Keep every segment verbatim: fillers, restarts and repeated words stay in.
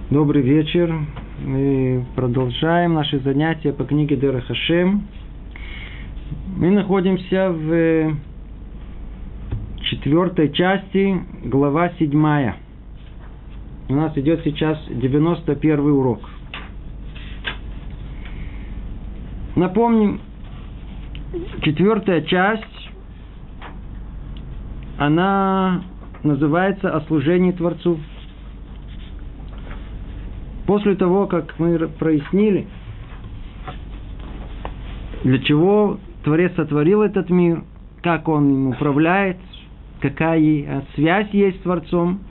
Добрый вечер. Мы продолжаем наши занятия по книге Дерех Хашем. Мы находимся в четвертой части, глава седьмая. У нас идет сейчас девяносто первый урок. Напомним, четвертая часть, она называется «О служении Творцу». После того, как мы прояснили, для чего Творец сотворил этот мир, как он им управляет, какая связь есть с Творцом,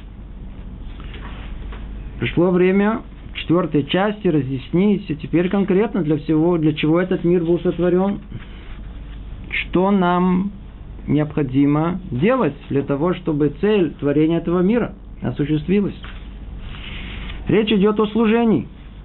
пришло время в четвертой части разъяснить теперь конкретно для всего, для чего этот мир был сотворен, что нам необходимо делать для того, чтобы цель творения этого мира осуществилась. Речь идет о служении.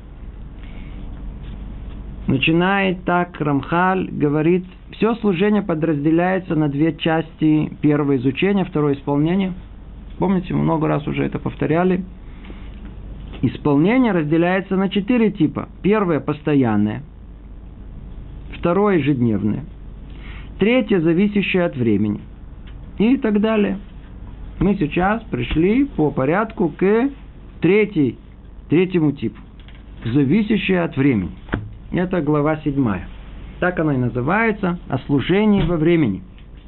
Начинает так Рамхаль, говорит, все служение подразделяется на две части. Первое изучение, второе исполнение. Помните, мы много раз уже это повторяли. Исполнение разделяется на четыре типа. Первое постоянное. Второе ежедневное. Третье зависящее от времени. И так далее. Мы сейчас пришли по порядку к третьей Третьему типу. Зависящее от времени. Это глава седьмая. Так она и называется. О служении во времени.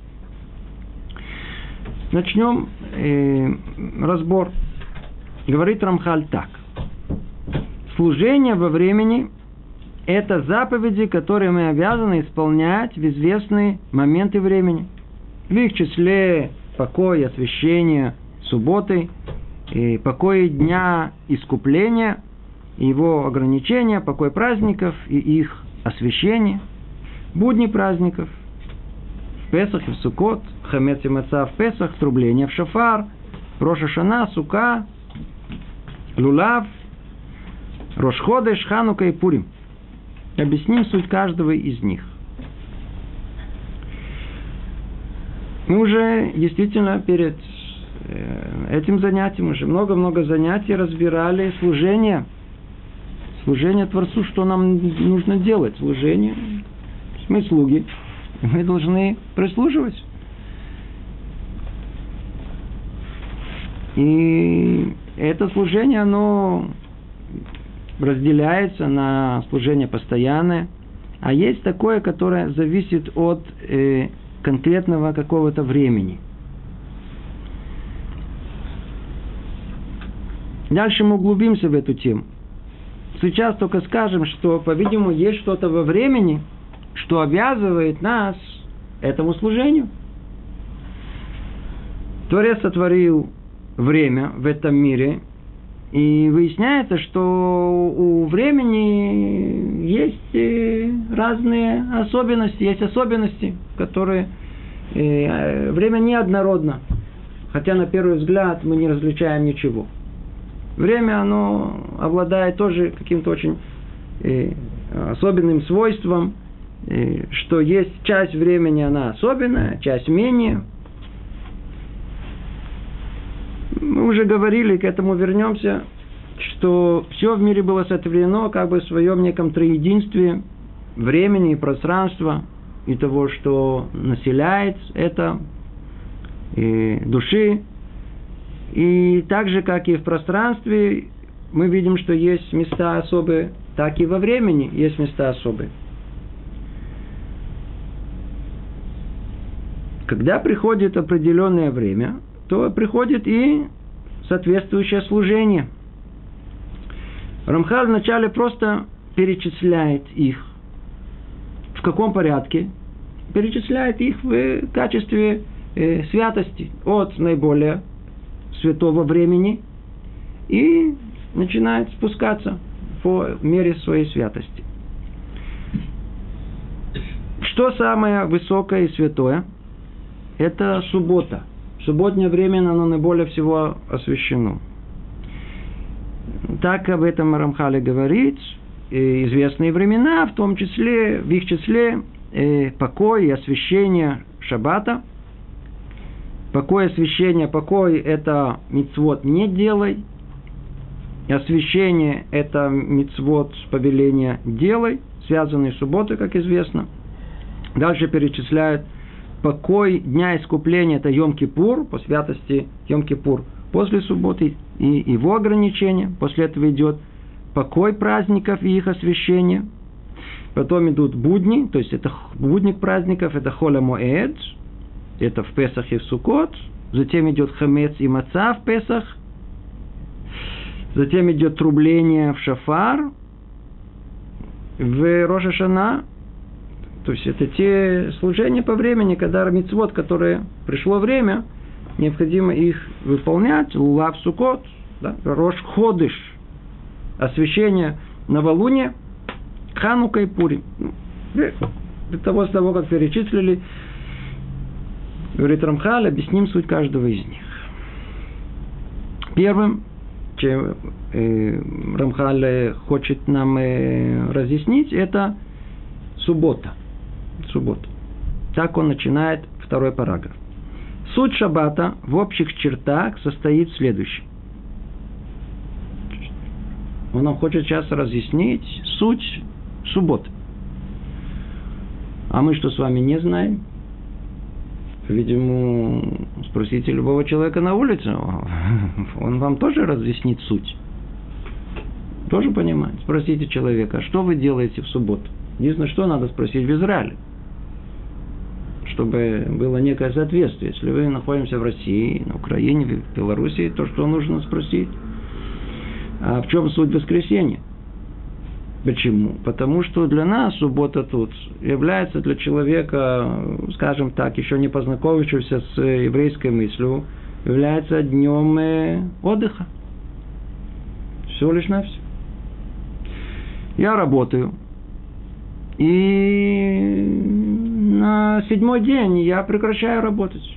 Начнем э, разбор. Говорит Рамхаль так. Служение во времени – это заповеди, которые мы обязаны исполнять в известные моменты времени. В их числе покой, освящение субботы, и покой дня искупления, его ограничения, покой праздников и их освящение, будни праздников, в Песах и в Суккот, Хамец и Маца в Песах, трубление в шофар, Рош ха-Шана, Сука, Лулав, Рош ходеш, Ханука и Пурим. Объясним суть каждого из них. Мы уже действительно перед этим занятием уже много-много занятий разбирали служение. Служение Творцу, что нам нужно делать. Служение. Мы слуги. Мы должны прислуживать. И это служение, оно разделяется на служение постоянное. А есть такое, которое зависит от э, конкретного какого-то времени. Дальше мы углубимся в эту тему. Сейчас только скажем, что, по-видимому, есть что-то во времени, что обязывает нас этому служению. Творец сотворил время в этом мире, и выясняется, что у времени есть разные особенности, есть особенности, которые время неоднородно, хотя на первый взгляд мы не различаем ничего. Время, оно обладает тоже каким-то очень э, особенным свойством, э, что есть часть времени, она особенная, часть менее. Мы уже говорили, к этому вернемся, что все в мире было сотворено как бы в своем неком троединстве времени и пространства, и того, что населяет это, и души. И так же, как и в пространстве, мы видим, что есть места особые, так и во времени есть места особые. Когда приходит определенное время, то приходит и соответствующее служение. Рамхаль вначале просто перечисляет их. В каком порядке? Перечисляет их в качестве э, святости от наиболее святого времени и начинает спускаться по мере своей святости. Что самое высокое и святое? Это суббота. Субботнее время, оно наиболее всего освящено. Так об этом Рамхаль говорит. Известные времена, в том числе, в их числе покой и освящение шаббата. Покой, освящение, покой – это мицвот не делай. Освящение – это мицвот, повеление делай, связанные с субботой, как известно. Дальше перечисляют покой дня искупления – это Йом-Кипур, по святости Йом-Кипур после субботы, и его ограничения. После этого идет покой праздников и их освящение. Потом идут будни, то есть это будник праздников, это Холь ха-Моэд, это в Песах и в Суккот. Затем идет хамец и маца в Песах. Затем идет трубление в шафар, в Рош ха-Шана. То есть это те служения по времени, когда мицвот, которые пришло время, необходимо их выполнять. Лулав Суккот, да, Рош Ходыш, освящение новолуния, Ханука и Пурим. Для того, с того, как перечислили, говорит Рамхаль, объясним суть каждого из них. Первым, чем э, Рамхаль хочет нам э, разъяснить, это суббота. Суббота. Так он начинает второй параграф. Суть шаббата в общих чертах состоит в следующем. Он нам хочет сейчас разъяснить суть субботы. А мы что с вами не знаем? Видимо, спросите любого человека на улице, он вам тоже разъяснит суть. Тоже понимает. Спросите человека, а что вы делаете в субботу? Единственное, что надо спросить в Израиле, чтобы было некое соответствие. Если вы находимся в России, на Украине, в Белоруссии, то что нужно спросить? А в чем суть воскресенья? Почему? Потому что для нас суббота тут является для человека, скажем так, еще не познакомившегося с еврейской мыслью, является днем отдыха. Всего лишь навсего. Я работаю. И на седьмой день я прекращаю работать.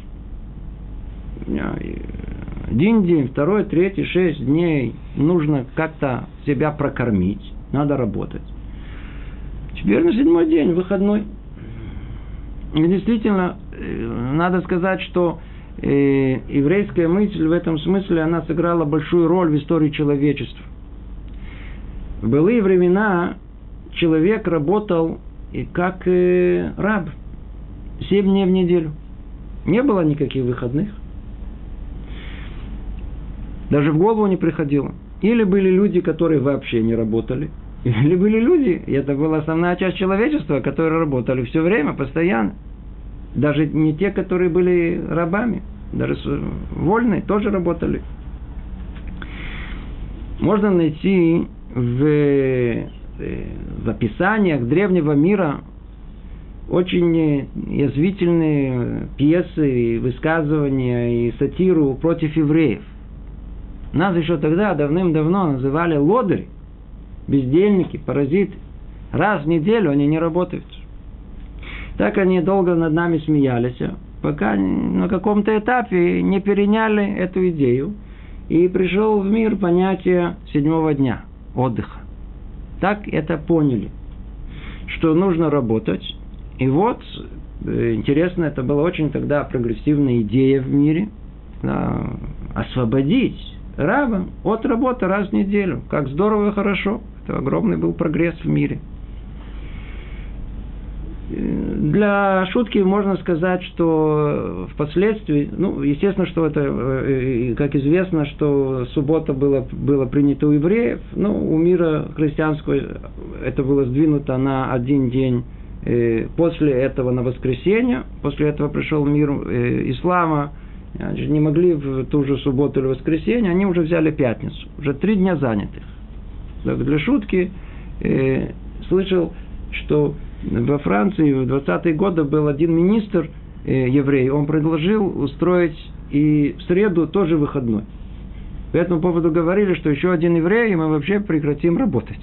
Один день, второй, третий, шесть дней нужно как-то себя прокормить. Надо работать. Теперь на седьмой день, выходной. И действительно, надо сказать, что э, еврейская мысль в этом смысле, она сыграла большую роль в истории человечества. В былые времена человек работал как э, раб. Семь дней в неделю. Не было никаких выходных. Даже в голову не приходило. Или были люди, которые вообще не работали. Или были люди, и это была основная часть человечества, которые работали все время, постоянно. Даже не те, которые были рабами. Даже вольные тоже работали. Можно найти в, в описаниях древнего мира очень язвительные пьесы, высказывания и сатиру против евреев. Нас еще тогда давным-давно называли лодыри, бездельники, паразиты. Раз в неделю они не работают. Так они долго над нами смеялись, пока на каком-то этапе не переняли эту идею. И пришел в мир понятие седьмого дня, отдыха. Так это поняли, что нужно работать. И вот, интересно, это была очень тогда прогрессивная идея в мире, освободить раба от работы раз в неделю. Как здорово и хорошо. Это огромный был прогресс в мире. Для шутки можно сказать, что впоследствии, ну, естественно, что это, как известно, что суббота была, была принята у евреев, но у мира христианского это было сдвинуто на один день после этого на воскресенье. После этого пришел мир ислама. Они же не могли в ту же субботу или воскресенье, они уже взяли пятницу. Уже три дня занятых. Для шутки э, слышал, что во Франции в двадцатые годы был один министр э, еврей. Он предложил устроить и в среду тоже выходной. По этому поводу говорили, что еще один еврей, и мы вообще прекратим работать.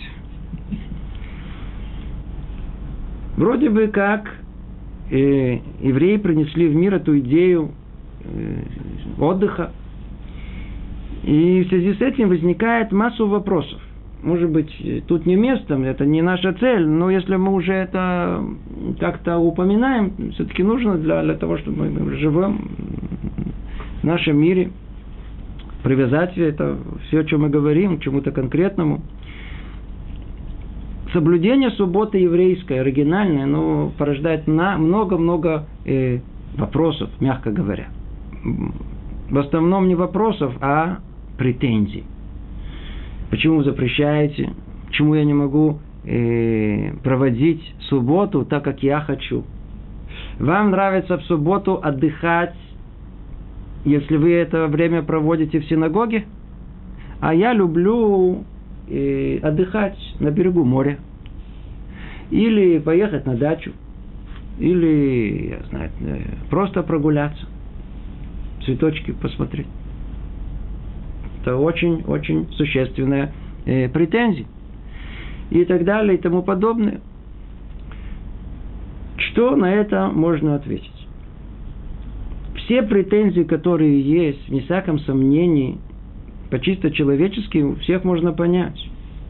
Вроде бы как э, евреи принесли в мир эту идею отдыха. И в связи с этим возникает массу вопросов. Может быть, тут не место, это не наша цель, но если мы уже это как-то упоминаем, все-таки нужно для, для того, чтобы мы живем в нашем мире, привязать это все, о чем мы говорим, к чему-то конкретному. Соблюдение субботы еврейской, оригинальное, но порождает на много-много э, вопросов, мягко говоря. В основном не вопросов, а претензий. Почему вы запрещаете? Почему я не могу э, проводить субботу так, как я хочу? Вам нравится в субботу отдыхать, если вы это время проводите в синагоге? А я люблю э, отдыхать на берегу моря. Или поехать на дачу. Или, я знаю, э, просто прогуляться. Цветочки посмотреть. Это очень-очень существенная э, претензия. И так далее, и тому подобное. Что на это можно ответить? Все претензии, которые есть, вне всяком сомнении, по чисто человечески, у всех можно понять.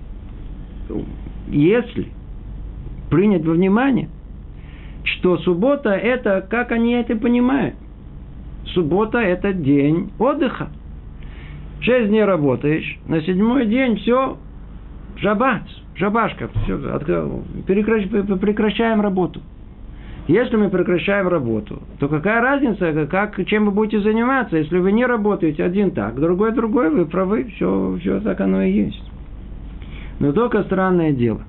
Если принять во внимание, что суббота – это, как они это понимают, суббота – это день отдыха. Шесть дней работаешь, на седьмой день все, шаббат, шабашка, все, прекращаем работу. Если мы прекращаем работу, то какая разница, как, чем вы будете заниматься, если вы не работаете один так, другой другой, вы правы, все, все так оно и есть. Но только странное дело.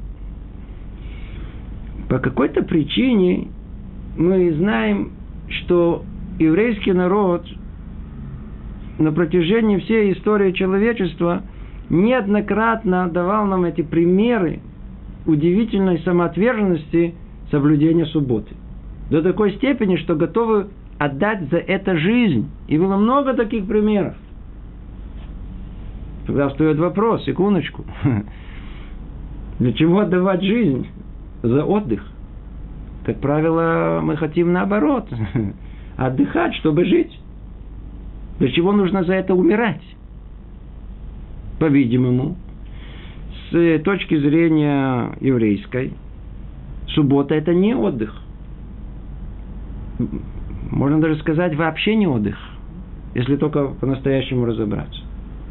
По какой-то причине мы знаем, что еврейский народ на протяжении всей истории человечества неоднократно давал нам эти примеры удивительной самоотверженности соблюдения субботы. До такой степени, что готовы отдать за это жизнь. И было много таких примеров. Тогда встает вопрос, секундочку. Для чего отдавать жизнь? За отдых. Как правило, мы хотим наоборот. Отдыхать, чтобы жить. Для чего нужно за это умирать? По-видимому, с точки зрения еврейской, суббота – это не отдых. Можно даже сказать, вообще не отдых, если только по-настоящему разобраться.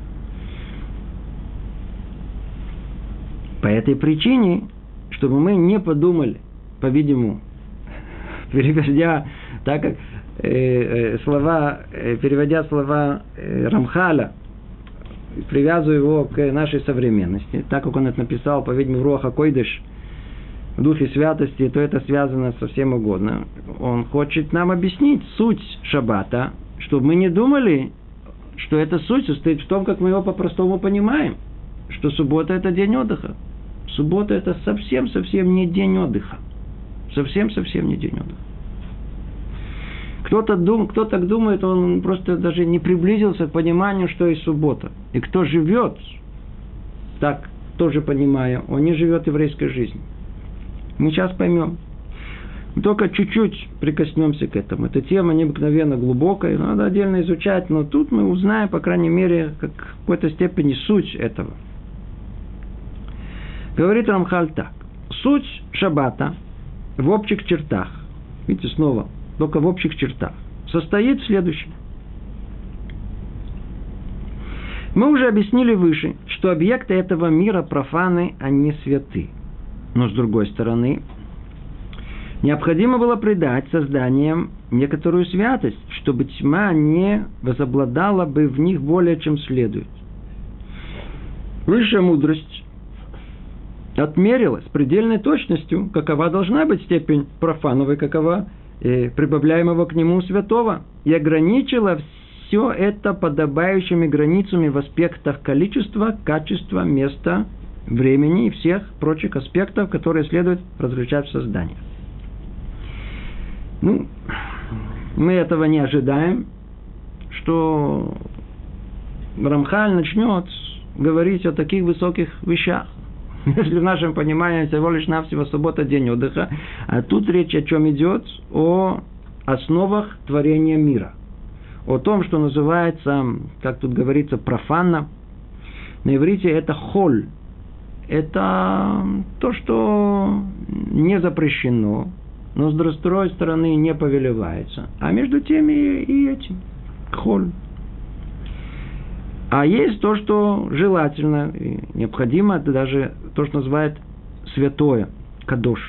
По этой причине, чтобы мы не подумали, по-видимому, переводя, так как э, э, слова, э, переводя слова э, Рамхаля, привязываю его к нашей современности, так как он это написал, по-видимому, в Руах ха-Койдеш, в духе святости, то это связано со всем угодно. Он хочет нам объяснить суть шаббата, чтобы мы не думали, что эта суть состоит в том, как мы его по-простому понимаем, что суббота – это день отдыха. Суббота – это совсем-совсем не день отдыха. Совсем-совсем не день отдыха. Кто-то дум, кто так думает, он просто даже не приблизился к пониманию, что есть суббота. И кто живет так, тоже понимая, он не живет еврейской жизнью. Мы сейчас поймем. Мы только чуть-чуть прикоснемся к этому. Эта тема необыкновенно глубокая, надо отдельно изучать, но тут мы узнаем, по крайней мере, как в какой-то степени суть этого. Говорит Рамхаль так. Суть шаббата в общих чертах, видите, снова, только в общих чертах, состоит в следующем. Мы уже объяснили выше, что объекты этого мира профаны, а не святы. Но с другой стороны, необходимо было придать созданиям некоторую святость, чтобы тьма не возобладала бы в них более чем следует. Высшая мудрость отмерила с предельной точностью, какова должна быть степень профановой, какова э, прибавляемого к нему святого, и ограничила все это подобающими границами в аспектах количества, качества, места, времени и всех прочих аспектов, которые следует различать в создании. Ну, мы этого не ожидаем, что Рамхаль начнет говорить о таких высоких вещах. Если в нашем понимании всего лишь навсего суббота день отдыха, а тут речь о чем идет? О основах творения мира. О том, что называется, как тут говорится, профанно. На иврите это холь. Это то, что не запрещено, но с другой стороны не повелевается. А между тем и, и этим. Холь. А есть то, что желательно, и необходимо, это даже то, что называют святое, кадош.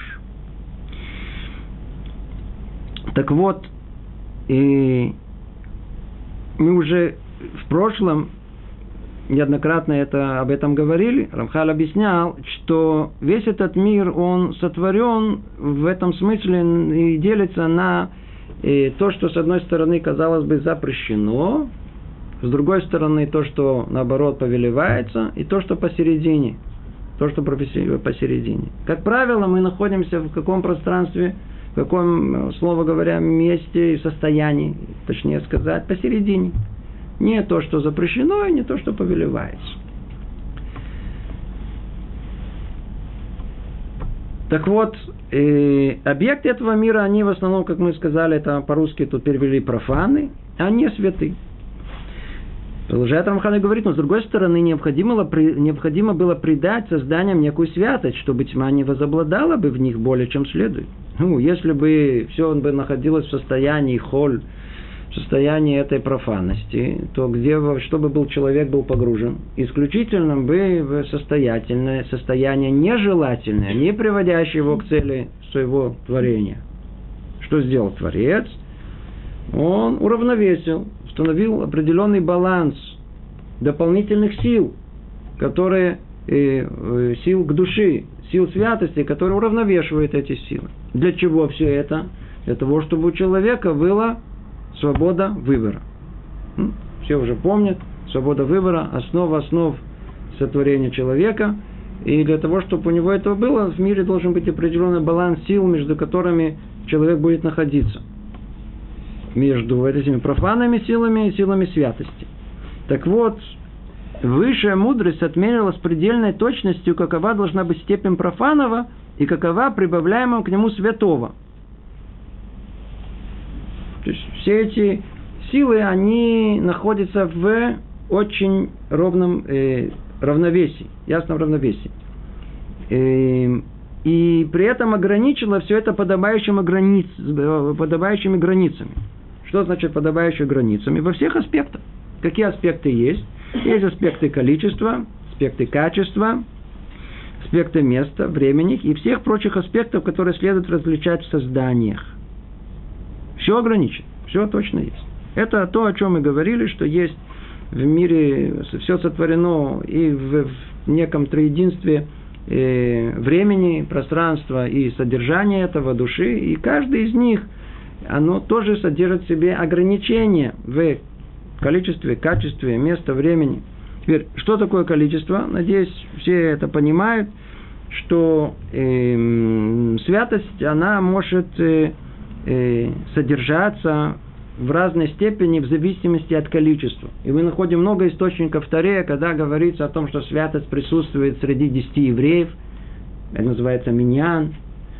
Так вот, и мы уже в прошлом неоднократно это, об этом говорили. Рамхаль объяснял, что весь этот мир, он сотворен в этом смысле и делится на и то, что с одной стороны, казалось бы, запрещено, с другой стороны, то, что наоборот повелевается, и то, что посередине. То, что посередине. Как правило, мы находимся в каком пространстве, в каком, слово говоря, месте и состоянии, точнее сказать, посередине. Не то, что запрещено, и не то, что повелевается. Так вот, э, объекты этого мира, они в основном, как мы сказали, это по-русски тут перевели профаны, а не святы. Продолжает Рамхаль говорить, но с другой стороны, необходимо, необходимо было придать созданиям некую святость, чтобы тьма не возобладала бы в них более чем следует. Ну, если бы все он бы находилось в состоянии холь, в состоянии этой профанности, то где, чтобы был человек был погружен, исключительно бы в состоятельное, состояние нежелательное, не приводящее его к цели своего творения. Что сделал Творец? Он уравновесил, установил определенный баланс дополнительных сил, которые, э, сил к душе, сил святости, которые уравновешивают эти силы. Для чего все это? Для того, чтобы у человека была свобода выбора. Все уже помнят, свобода выбора, основа основ сотворения человека. И для того, чтобы у него этого было, в мире должен быть определенный баланс сил, между которыми человек будет находиться. Между этими профанными силами и силами святости. Так вот, высшая мудрость отмерила с предельной точностью, какова должна быть степень профанного и какова прибавляемого к нему святого. То есть все эти силы, они находятся в очень ровном э, равновесии, ясном равновесии. Э, и при этом ограничила все это подобающими, границ, подобающими границами. Что значит подобающими границами? Во всех аспектах. Какие аспекты есть? Есть аспекты количества, аспекты качества, аспекты места, времени и всех прочих аспектов, которые следует различать в созданиях. Все ограничено, все точно есть. Это то, о чем мы говорили, что есть в мире, все сотворено и в, в неком троединстве э, времени, пространства и содержания этого души, и каждый из них, оно тоже содержит в себе ограничения в количестве, качестве, места, времени. Теперь, что такое количество? Надеюсь, все это понимают, что э, святость, она может э, э, содержаться в разной степени в зависимости от количества. И мы находим много источников в Торе, когда говорится о том, что святость присутствует среди десяти евреев. Это называется миньян.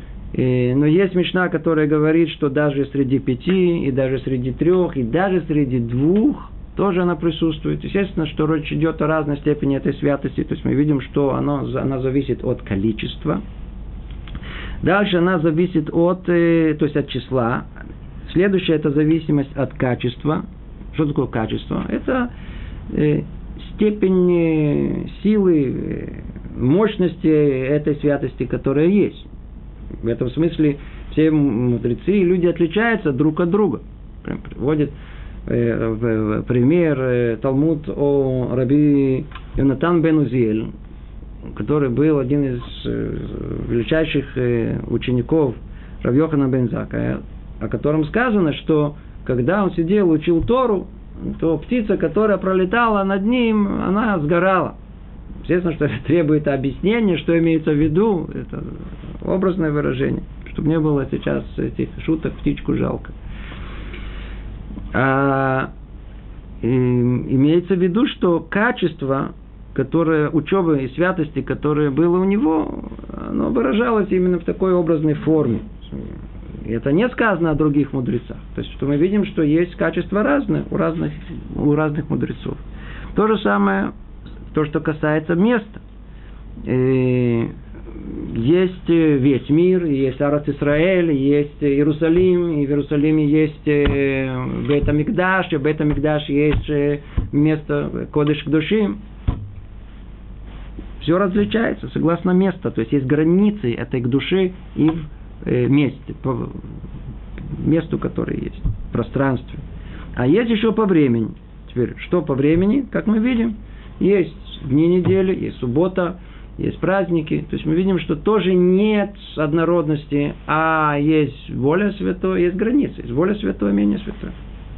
И, но есть мишна, которая говорит, что даже среди пяти, и даже среди трех, и даже среди двух тоже она присутствует. Естественно, что речь идет о разной степени этой святости. То есть мы видим, что оно, она зависит от количества. Дальше она зависит от, то есть от числа. Следующая – это зависимость от качества. Что такое качество? Это э, степень э, силы, э, мощности этой святости, которая есть. В этом смысле все мудрецы и люди отличаются друг от друга. Прям приводит э, в, в пример э, Талмуд о раби Йонатан бен Узиэль, который был один из э, величайших э, учеников Рав Йохана бен Заккая, о котором сказано, что когда он сидел, учил Тору, то птица, которая пролетала над ним, она сгорала. Естественно, что это требует объяснения, что имеется в виду. Это образное выражение. Чтобы не было сейчас этих шуток, птичку жалко. А, и, имеется в виду, что качество, которое, учебы и святости, которое было у него, оно выражалось именно в такой образной форме. И это не сказано о других мудрецах. То есть, что мы видим, что есть качества разные у разных, у разных мудрецов. То же самое, то, что касается места. И есть весь мир, есть Арец Исраэль, есть Иерусалим, и в Иерусалиме есть Бейт ха-Микдаш, и в Бейт ха-Микдаш есть место Кодеш Кдошим. Все различается согласно месту. То есть есть границы этой души и в э, месте, по месту, которое есть, в пространстве. А есть еще по времени. Теперь, что по времени, как мы видим, есть дни недели, есть суббота, есть праздники. То есть мы видим, что тоже нет однородности, а есть воля святой, есть границы. Есть воля святой, менее святой.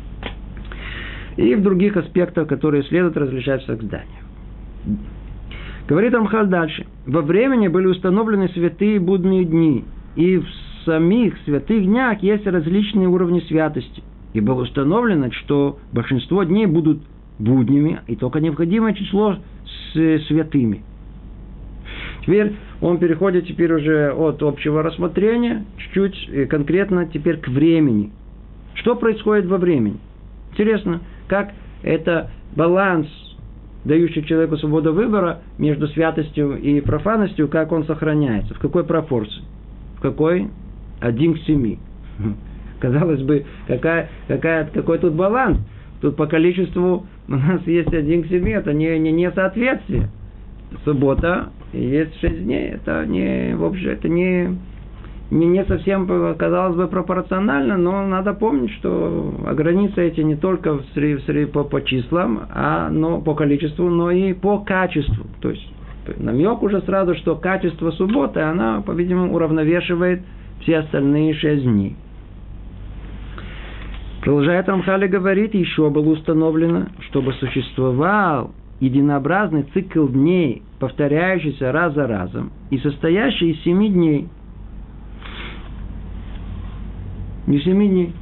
И в других аспектах, которые следует различать в создании. Говорит Рамхаль дальше. Во времени были установлены святые будные дни, и в самих святых днях есть различные уровни святости. И было установлено, что большинство дней будут буднями, и только необходимое число с святыми. Теперь он переходит теперь уже от общего рассмотрения, чуть-чуть конкретно теперь к времени. Что происходит во времени? Интересно, как это баланс, дающий человеку свободу выбора между святостью и профанностью, как он сохраняется, в какой пропорции, в какой один к семи. Казалось бы, какая, какая, какой тут баланс? Тут по количеству у нас есть один к семи, это не, не, не соответствие. Суббота, есть шесть дней, это не, в общем, это не, не, не совсем, казалось бы, пропорционально, но надо помнить, что границы эти не только в среди, в среди, по, по числам, а, но, по количеству, но и по качеству. То есть намек уже сразу, что качество субботы, она, по-видимому, уравновешивает все остальные шесть дней. Продолжает Рамхаль говорит, еще было установлено, чтобы существовал единообразный цикл дней, повторяющийся раз за разом, и состоящий из семи дней. Не семи дней.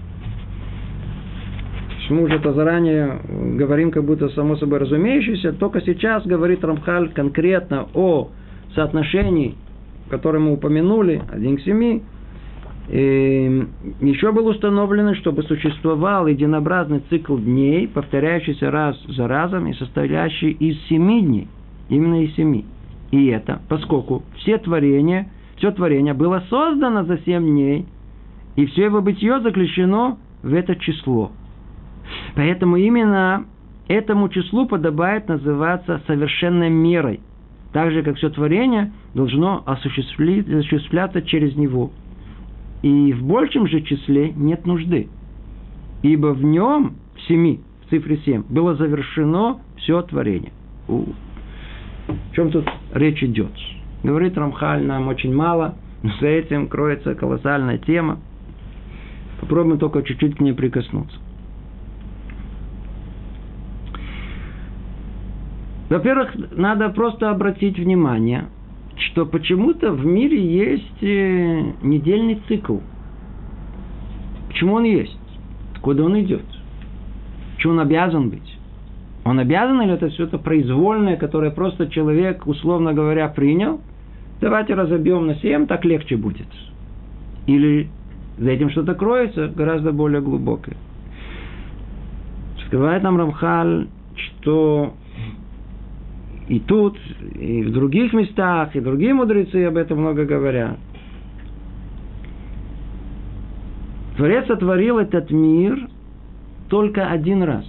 Мы уже это заранее говорим, как будто само собой разумеющееся, только сейчас говорит Рамхаль конкретно о соотношении, которое мы упомянули, один к семи. И еще было установлено, чтобы существовал единообразный цикл дней, повторяющийся раз за разом и состоящий из семи дней. Именно из семи. И это, поскольку все творения, все творение было создано за семь дней, и все его бытие заключено в это число. Поэтому именно этому числу подобает называться совершенной мерой, так же, как все творение должно осуществляться через него. И в большем же числе нет нужды, ибо в нем, в семи, в цифре семь, было завершено все творение. О чем тут речь идет? Говорит Рамхаль нам очень мало, но за этим кроется колоссальная тема. Попробуем только чуть-чуть к ней прикоснуться. Во-первых, надо просто обратить внимание, что почему-то в мире есть недельный цикл. Почему он есть? Откуда он идет? Почему он обязан быть? Он обязан или это все-то произвольное, которое просто человек, условно говоря, принял? Давайте разобьем на семь, так легче будет. Или за этим что-то кроется гораздо более глубокое. Сказывает нам Рамхаль, что и тут, и в других местах, и другие мудрецы об этом много говорят. Творец сотворил этот мир только один раз.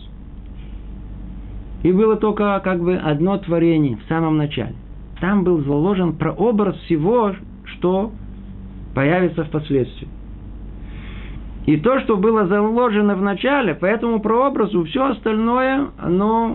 И было только как бы одно творение в самом начале. Там был заложен прообраз всего, что появится впоследствии. И то, что было заложено в начале, по этому прообразу, все остальное, оно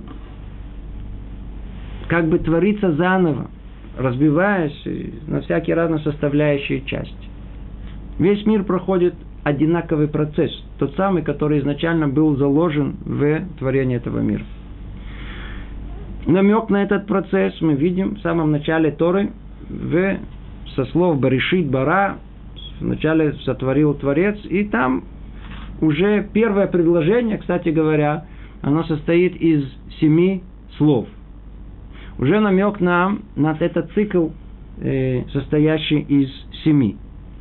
как бы творится заново, разбиваясь на всякие разные составляющие части. Весь мир проходит одинаковый процесс, тот самый, который изначально был заложен в творении этого мира. Намек на этот процесс мы видим в самом начале Торы, в, со слов Баришит Бара, вначале сотворил Творец, и там уже первое предложение, кстати говоря, оно состоит из семи слов. Уже намек нам на этот цикл, э, состоящий из семи.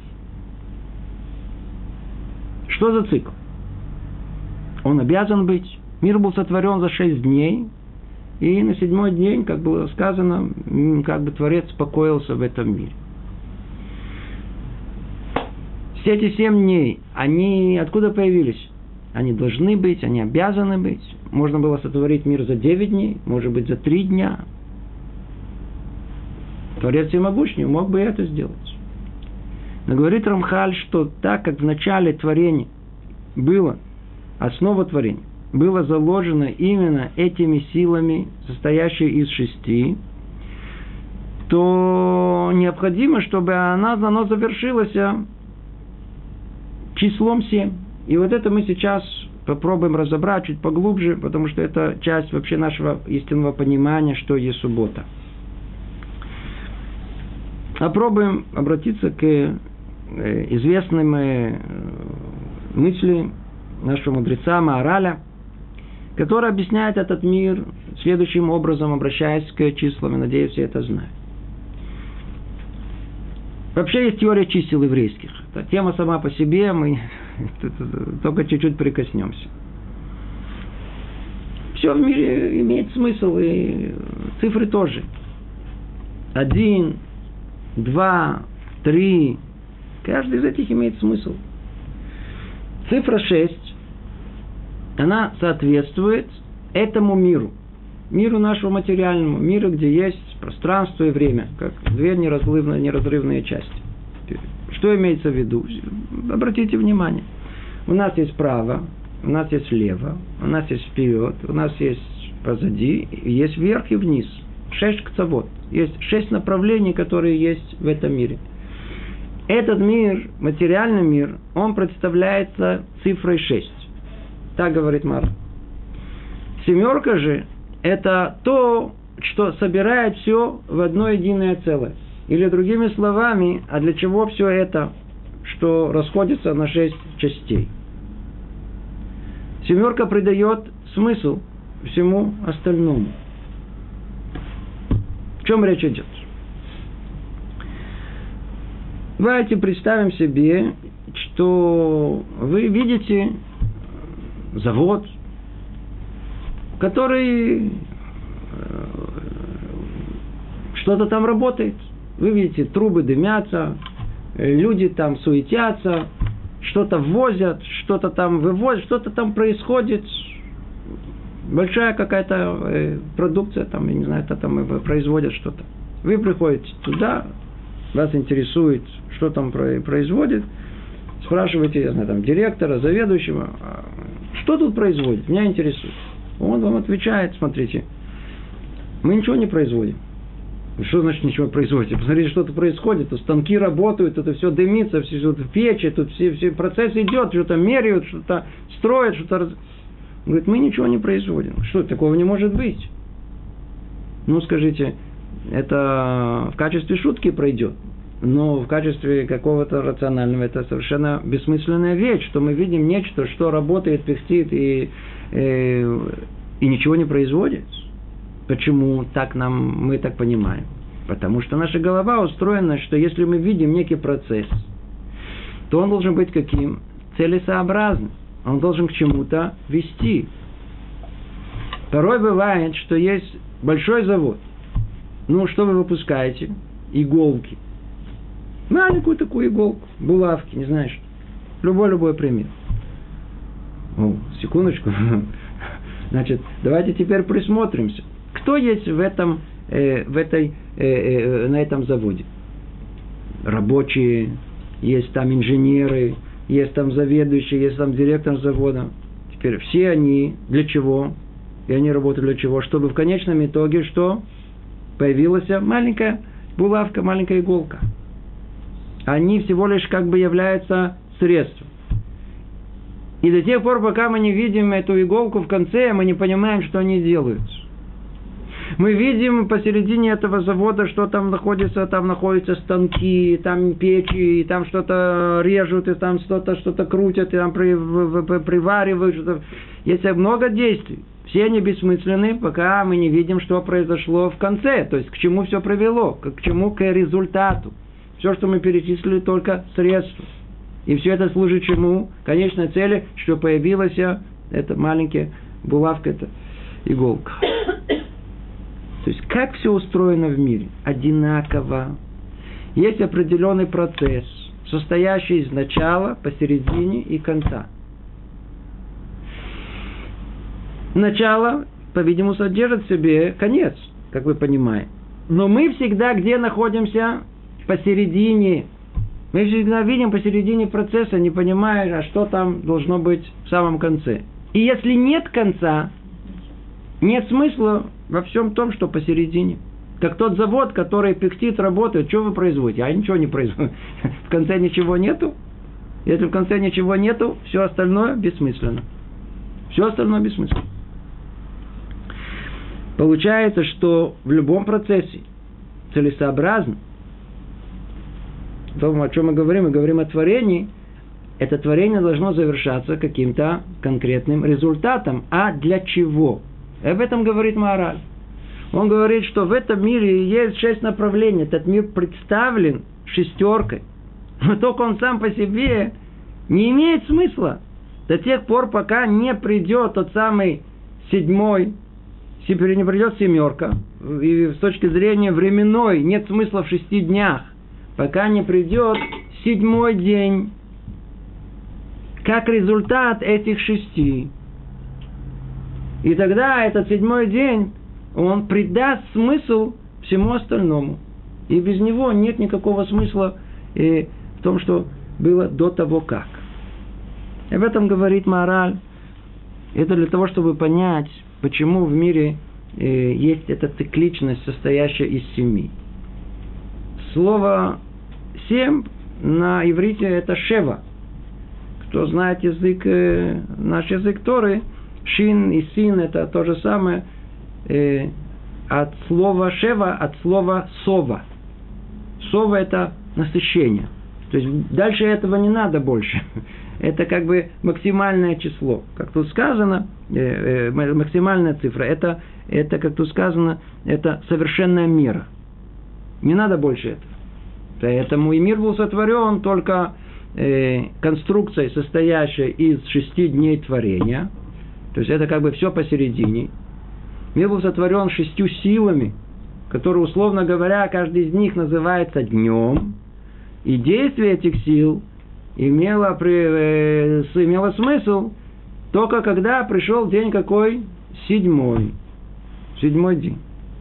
Что за цикл? Он обязан быть. Мир был сотворен за шесть дней, и на седьмой день, как было сказано, как бы Творец покоился в этом мире. Все эти семь дней, они откуда появились? они должны быть, они обязаны быть. Можно было сотворить мир за девять дней, может быть, за три дня. Творец Всемогущий мог бы это сделать. Но говорит Рамхаль, что так как в начале творения было, основа творения, было заложено именно этими силами, состоящей из шести, то необходимо, чтобы она, оно завершилось числом семь. И вот это мы сейчас попробуем разобрать чуть поглубже, потому что это часть вообще нашего истинного понимания, что есть суббота. Попробуем обратиться к известным мысли нашего мудреца Маараля, который объясняет этот мир следующим образом, обращаясь к числам, и надеюсь, все это знают. Вообще есть теория чисел еврейских. Это тема сама по себе, мы только чуть-чуть прикоснемся. Все в мире имеет смысл, и цифры тоже. Один, два, три. Каждый из этих имеет смысл. Цифра шесть, она соответствует этому миру. Миру нашего материальному, миру, где есть пространство и время, как две неразрывные, неразрывные части. Что имеется в виду? Обратите внимание. У нас есть право, у нас есть слева, у нас есть вперед, у нас есть позади, есть вверх и вниз. Шесть кцавот. Есть шесть направлений, которые есть в этом мире. Этот мир, материальный мир, он представляется цифрой шесть. Так говорит Мар. Семерка же это то, что собирает все в одно единое целое. Или другими словами, а для чего все это, что расходится на шесть частей? Семерка придает смысл всему остальному. О чем речь идет? Давайте представим себе, что вы видите завод, который что-то там работает. Вы видите, трубы дымятся, люди там суетятся, что-то ввозят, что-то там вывозят, что-то там происходит. Большая какая-то продукция, там, я не знаю, это там производят что-то. Вы приходите туда, вас интересует, что там производит, спрашиваете, я знаю, там, директора, заведующего, что тут производит, меня интересует. Он вам отвечает, смотрите, мы ничего не производим. Что значит ничего не производите? Посмотрите, что-то происходит, тут станки работают, это все дымится, все тут печи, тут все, все процесс идет, что-то меряют, что-то строят, что-то... Раз... Он говорит, мы ничего не производим. Что, такого не может быть? Ну, скажите, это в качестве шутки пройдет, но в качестве какого-то рационального это совершенно бессмысленная вещь, что мы видим нечто, что работает, пыхтит и, и, и ничего не производит. Почему так нам, мы так понимаем? Потому что наша голова устроена, что если мы видим некий процесс, то он должен быть каким? Целесообразным. Он должен к чему-то вести. Порой бывает, что есть большой завод. Ну, что вы выпускаете? Иголки. Маленькую такую иголку, булавки, не знаю что. Любой-любой пример. О, секундочку. Значит, давайте теперь присмотримся. Кто есть в этом, э, в этой, э, э, на этом заводе? Рабочие, есть там инженеры, есть там заведующие, есть там директор завода. Теперь все они для чего? И они работают для чего? Чтобы в конечном итоге что? Появилась маленькая булавка, маленькая иголка. Они всего лишь как бы являются средством. И до тех пор, пока мы не видим эту иголку в конце, мы не понимаем, что они делают. Мы видим посередине этого завода, что там находится, там находятся станки, там печи, и там что-то режут, и там что-то, что-то крутят, и там приваривают. Что-то. Есть много действий. Все они бессмысленны, пока мы не видим, что произошло в конце. То есть, к чему все привело, к чему, к результату. Все, что мы перечислили, только средства. И все это служит чему? Конечной цели, что появилась эта маленькая булавка, эта иголка. То есть, как все устроено в мире? Одинаково. Есть определенный процесс, состоящий из начала, посередине и конца. начало, по-видимому, содержит в себе конец, как вы понимаете. Но мы всегда где находимся? Посередине. Мы всегда видим посередине процесса, не понимая, а что там должно быть в самом конце. И если нет конца, нет смысла во всем том, что посередине. Как тот завод, который пектит, работает, что вы производите? А ничего не производит. В конце ничего нету. Если в конце ничего нету, все остальное бессмысленно. Все остальное бессмысленно. Получается, что в любом процессе целесообразно, то, о чем мы говорим, мы говорим о творении, это творение должно завершаться каким-то конкретным результатом. А для чего? Об этом говорит Маораль. Он говорит, что в этом мире есть шесть направлений. Этот мир представлен шестеркой. Но только он сам по себе не имеет смысла до тех пор, пока не придет тот самый седьмой, не придет семерка. И с точки зрения временной нет смысла в шести днях, пока не придет седьмой день. Как результат этих шести. И тогда этот седьмой день, он придаст смысл всему остальному. И без него нет никакого смысла э, в том, что было до того как. И об этом говорит Маораль. Это для того, чтобы понять, почему в мире э, есть эта цикличность, состоящая из семи. Слово семь на иврите это шева. Кто знает язык, э, наш язык Торы, шин и син это то же самое. Э, от слова шева, от слова сова. Сова это насыщение. То есть дальше этого не надо больше. Это как бы максимальное число. Как тут сказано, э, э, максимальная цифра. Это, это, как тут сказано, это совершенная мера. Не надо больше этого. Поэтому и мир был сотворен только э, конструкцией, состоящей из шести дней творения. То есть это как бы все посередине. Мир был сотворен шестью силами, которые, условно говоря, каждый из них называется днем. И действие этих сил имело, э, имело смысл только когда пришел день какой? Седьмой. Седьмой день.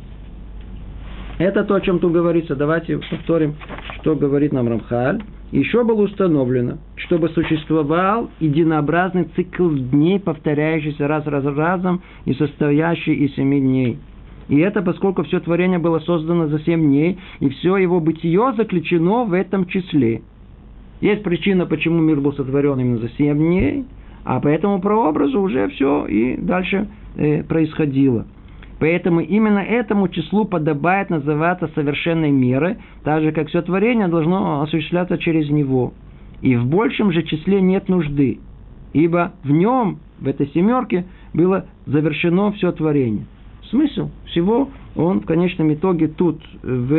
Это то, о чем тут говорится. Давайте повторим, что говорит нам Рамхаль. Еще было установлено, чтобы существовал единообразный цикл дней, повторяющийся раз раз разом и состоящий из семи дней. И это поскольку все творение было создано за семь дней, и все его бытие заключено в этом числе. Есть причина, почему мир был сотворен именно за семь дней, а по этому прообразу уже все и дальше э, происходило. Поэтому именно этому числу подобает называться совершенной мерой, так же, как все творение должно осуществляться через него. И в большем же числе нет нужды, ибо в нем, в этой семерке, было завершено все творение. Смысл всего, он в конечном итоге тут, в,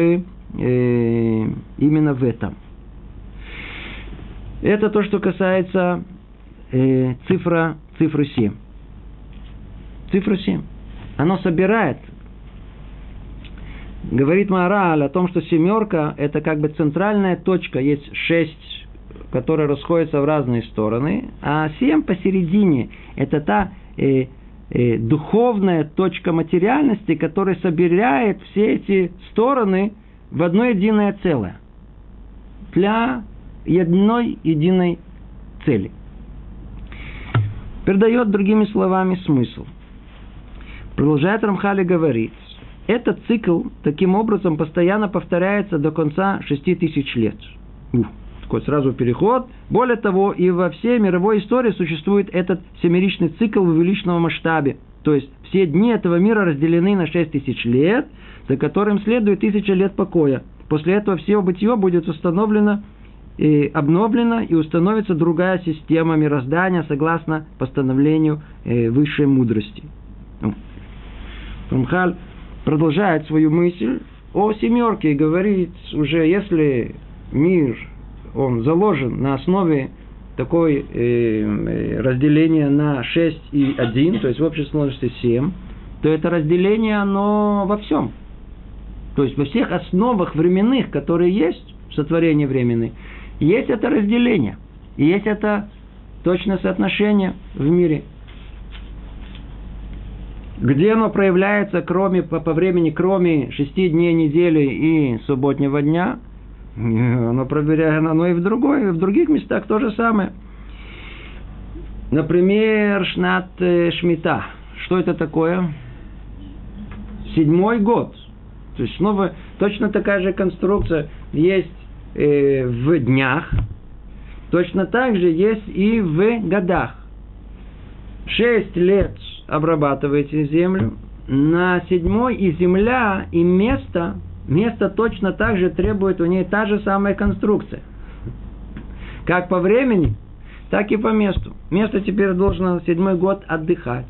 э, именно в этом. Это то, что касается э, цифра, цифры семь. Цифра семь. Оно собирает. Говорит Маораль о том, что семерка – это как бы центральная точка. Есть шесть, которые расходятся в разные стороны. А семь посередине – это та э, э, духовная точка материальности, которая собирает все эти стороны в одно единое целое. Для одной единой цели. Передает другими словами смысл. Продолжает Рамхаль и говорит, этот цикл таким образом постоянно повторяется до конца шести тысяч лет. Ух, такой сразу переход. Более того, и во всей мировой истории существует этот семеричный цикл в увеличенном масштабе. То есть все дни этого мира разделены на шесть тысяч лет, за которым следует тысяча лет покоя. После этого все бытие будет установлено и обновлено, и установится другая система мироздания согласно постановлению высшей мудрости. Рамхаль продолжает свою мысль о семерке и говорит, уже если мир, он заложен на основе такой э, разделения на шесть и один, то есть в общей сложности семь, то это разделение, оно во всем. То есть во всех основах временных, которые есть в сотворении времени, есть это разделение, и есть это точное соотношение в мире. Где оно проявляется кроме, по, по времени, кроме шести дней недели и субботнего дня? Оно проверяет, оно и в другой, и в других местах то же самое. Например, Шнат Шмита. Что это такое? Седьмой год. То есть снова точно такая же конструкция есть э, в днях. Точно так же есть и в годах. Шесть лет обрабатываете землю. На седьмой и земля, и место, место точно так же требует у нее та же самая конструкция. Как по времени, так и по месту. Место теперь должно седьмой год отдыхать.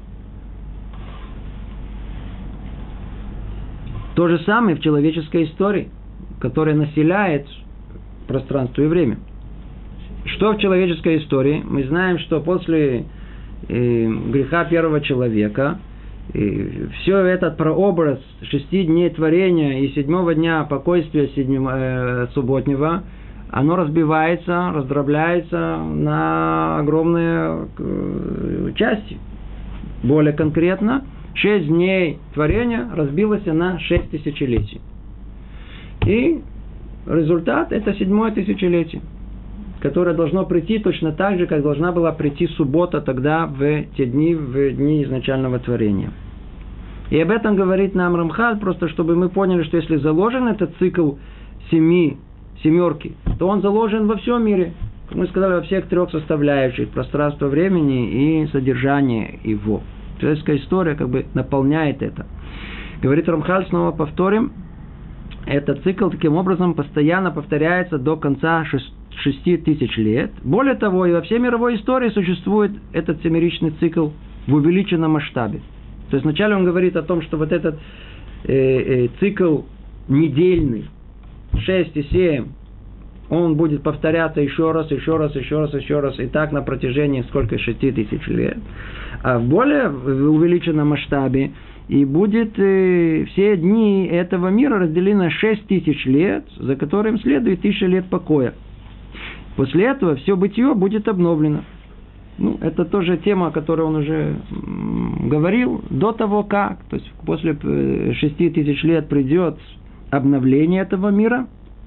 То же самое в человеческой истории, которая населяет пространство и время. Что в человеческой истории? Мы знаем, что после э, греха первого человека э, все этот прообраз шести дней творения и седьмого дня покойствия седьмого, э, субботнего, оно разбивается, раздробляется на огромные э, части. Более конкретно, шесть дней творения разбилось на шесть тысячелетий. И результат – это седьмое тысячелетие, которое должно прийти точно так же, как должна была прийти суббота тогда в те дни, в дни изначального творения. И об этом говорит нам Рамхаль, просто чтобы мы поняли, что если заложен этот цикл семи, семерки, то он заложен во всем мире. Мы сказали, во всех трех составляющих: пространство, времени и содержание его. Человеческая история как бы наполняет это. Говорит Рамхаль, снова повторим, этот цикл таким образом постоянно повторяется до конца шести тысяч лет. Более того, и во всей мировой истории существует этот семеричный цикл в увеличенном масштабе. То есть вначале он говорит о том, что вот этот э, э, цикл недельный, шесть и семь, он будет повторяться еще раз, еще раз, еще раз, еще раз, и так на протяжении сколько? шести тысяч лет. А в более увеличенном масштабе и будет э, все дни этого мира разделены на шесть тысяч лет, за которым следует тысяча лет покоя. После этого все бытие будет обновлено. Ну, это тоже тема, о которой он уже говорил до того, как. То есть после шести тысяч лет придет обновление этого мира.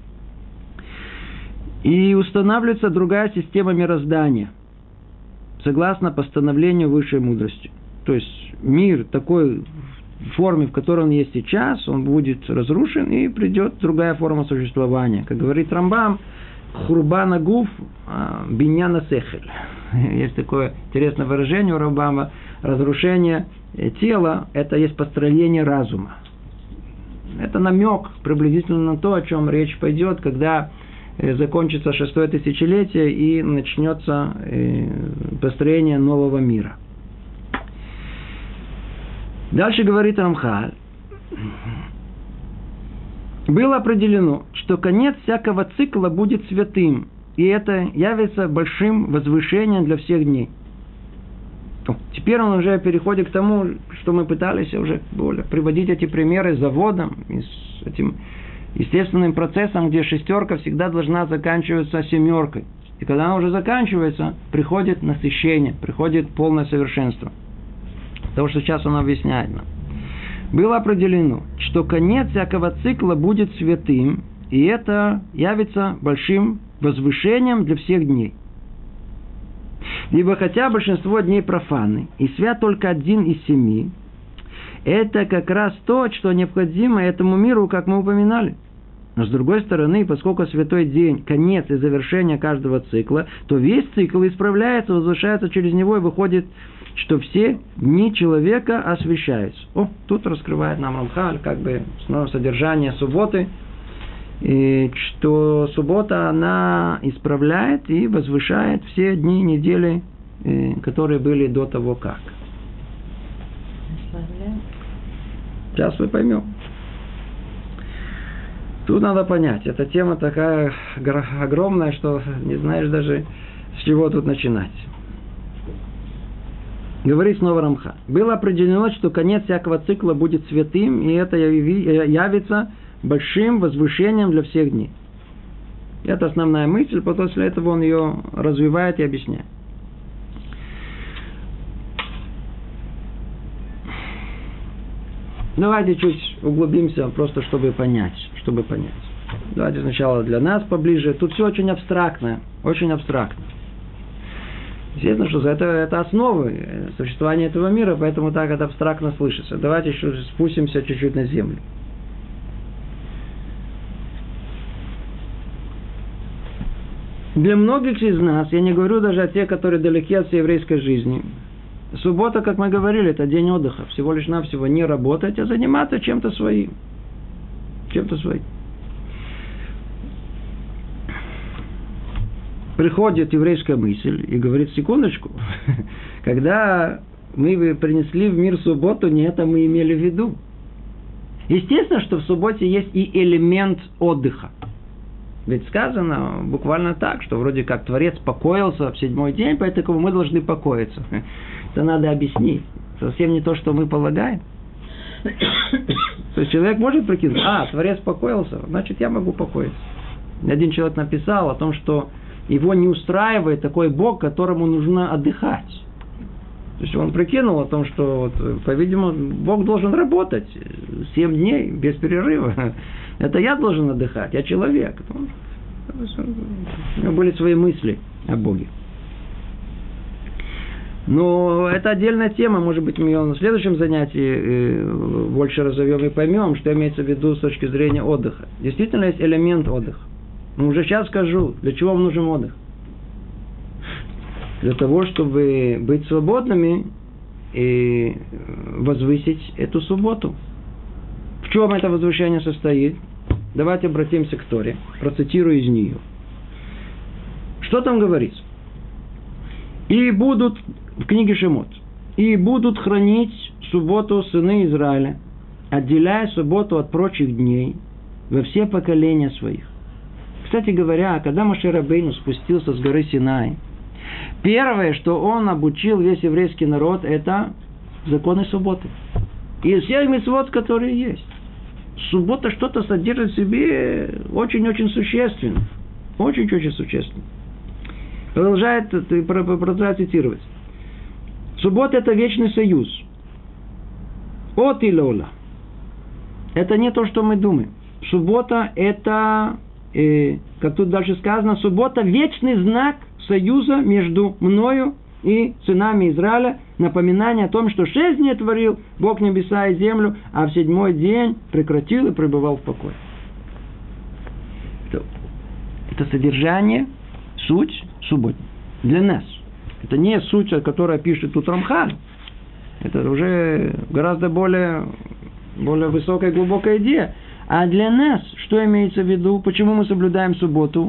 И устанавливается другая система мироздания, согласно постановлению высшей мудрости. То есть мир такой форме, в которой он есть сейчас, он будет разрушен, и придет другая форма существования. Как говорит Рамбам, хурбана гуф, биньяна сехель. Есть такое интересное выражение у Рамбама: разрушение тела – это есть построение разума. Это намек приблизительно на то, о чем речь пойдет, когда закончится шестое тысячелетие и начнется построение нового мира. Дальше говорит Рамхаль. Было определено, что конец всякого цикла будет святым, и это явится большим возвышением для всех дней. Теперь он уже переходит к тому, что мы пытались уже более приводить эти примеры с заводом, и с этим естественным процессом, где шестерка всегда должна заканчиваться семеркой. И когда она уже заканчивается, приходит насыщение, приходит полное совершенство. Того, что сейчас он объясняет нам. Было определено, что конец всякого цикла будет святым, и это явится большим возвышением для всех дней. Ибо хотя большинство дней профаны, и свят только один из семи, это как раз то, что необходимо этому миру, как мы упоминали. Но с другой стороны, поскольку святой день – конец и завершение каждого цикла, то весь цикл исправляется, возвышается через него и выходит, что все дни человека освящаются. О, тут раскрывает нам Рамхаль как бы снова содержание субботы, и что суббота, она исправляет и возвышает все дни недели, которые были до того как. Сейчас вы поймем. Тут надо понять, эта тема такая огромная, что не знаешь даже, с чего тут начинать. Говорит снова Рамхаль. Было определено, что конец всякого цикла будет святым, и это явится большим возвышением для всех дней. Это основная мысль, после этого он ее развивает и объясняет. Давайте чуть углубимся, просто чтобы понять, чтобы понять. Давайте сначала для нас поближе. Тут все очень абстрактно, очень абстрактно. Естественно, что это, это основы существования этого мира, поэтому так это абстрактно слышится. Давайте еще спустимся чуть-чуть на землю. Для многих из нас, я не говорю даже о тех, которые далеки от всей еврейской жизни, суббота, как мы говорили, это день отдыха. Всего лишь навсего не работать, а заниматься чем-то своим. Чем-то своим. Приходит еврейская мысль и говорит, секундочку, когда мы принесли в мир субботу, не это мы имели в виду. Естественно, что в субботе есть и элемент отдыха. Ведь сказано буквально так, что вроде как Творец покоился в седьмой день, поэтому мы должны покоиться. Это надо объяснить. Совсем не то, что мы полагаем. То есть человек может прикинуть, а, Творец покоился, значит я могу покоиться. Один человек написал о том, что его не устраивает такой Бог, которому нужно отдыхать. То есть он прикинул о том, что, вот, по-видимому, Бог должен работать семь дней без перерыва. Это я должен отдыхать, я человек. У него были свои мысли о Боге. Но это отдельная тема, может быть, мы ее на следующем занятии больше разовьем и поймем, что имеется в виду с точки зрения отдыха. Действительно есть элемент отдыха. Но уже сейчас скажу, для чего вам нужен отдых. Для того, чтобы быть свободными и возвысить эту субботу. В чем это возвышение состоит? Давайте обратимся к Торе. Процитирую из нее. Что там говорится? И будут, в книге Шемот, и будут хранить субботу сыны Израиля, отделяя субботу от прочих дней во все поколения своих. Кстати говоря, когда Моше Рабейну спустился с горы Синай, первое, что он обучил весь еврейский народ, это законы субботы. И все мицвот, которые есть. Суббота что-то содержит в себе очень-очень существенно. Очень-очень существенно. Продолжает, продолжает цитировать. Суббота – это вечный союз. От и лола. Это не то, что мы думаем. Суббота – это, э, как тут дальше сказано, суббота – вечный знак союза между мною и сынами Израиля, напоминание о том, что шесть дней творил Бог небеса и землю, а в седьмой день прекратил и пребывал в покое. Это, это содержание, суть субботы для нас. Это не суть, которая пишет тут Рамхан. Это уже гораздо более, более высокая и глубокая идея. А для нас, что имеется в виду? Почему мы соблюдаем субботу?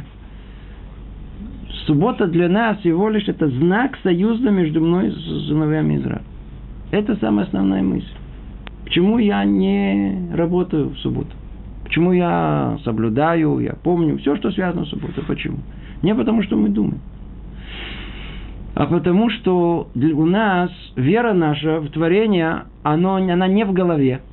Суббота для нас всего лишь это знак союза между мной и сыновьями Израиля. Это самая основная мысль. Почему я не работаю в субботу? Почему я соблюдаю, я помню все, что связано с субботой? Почему? Не потому, что мы думаем. А потому, что у нас вера наша в творение, оно, она не в голове.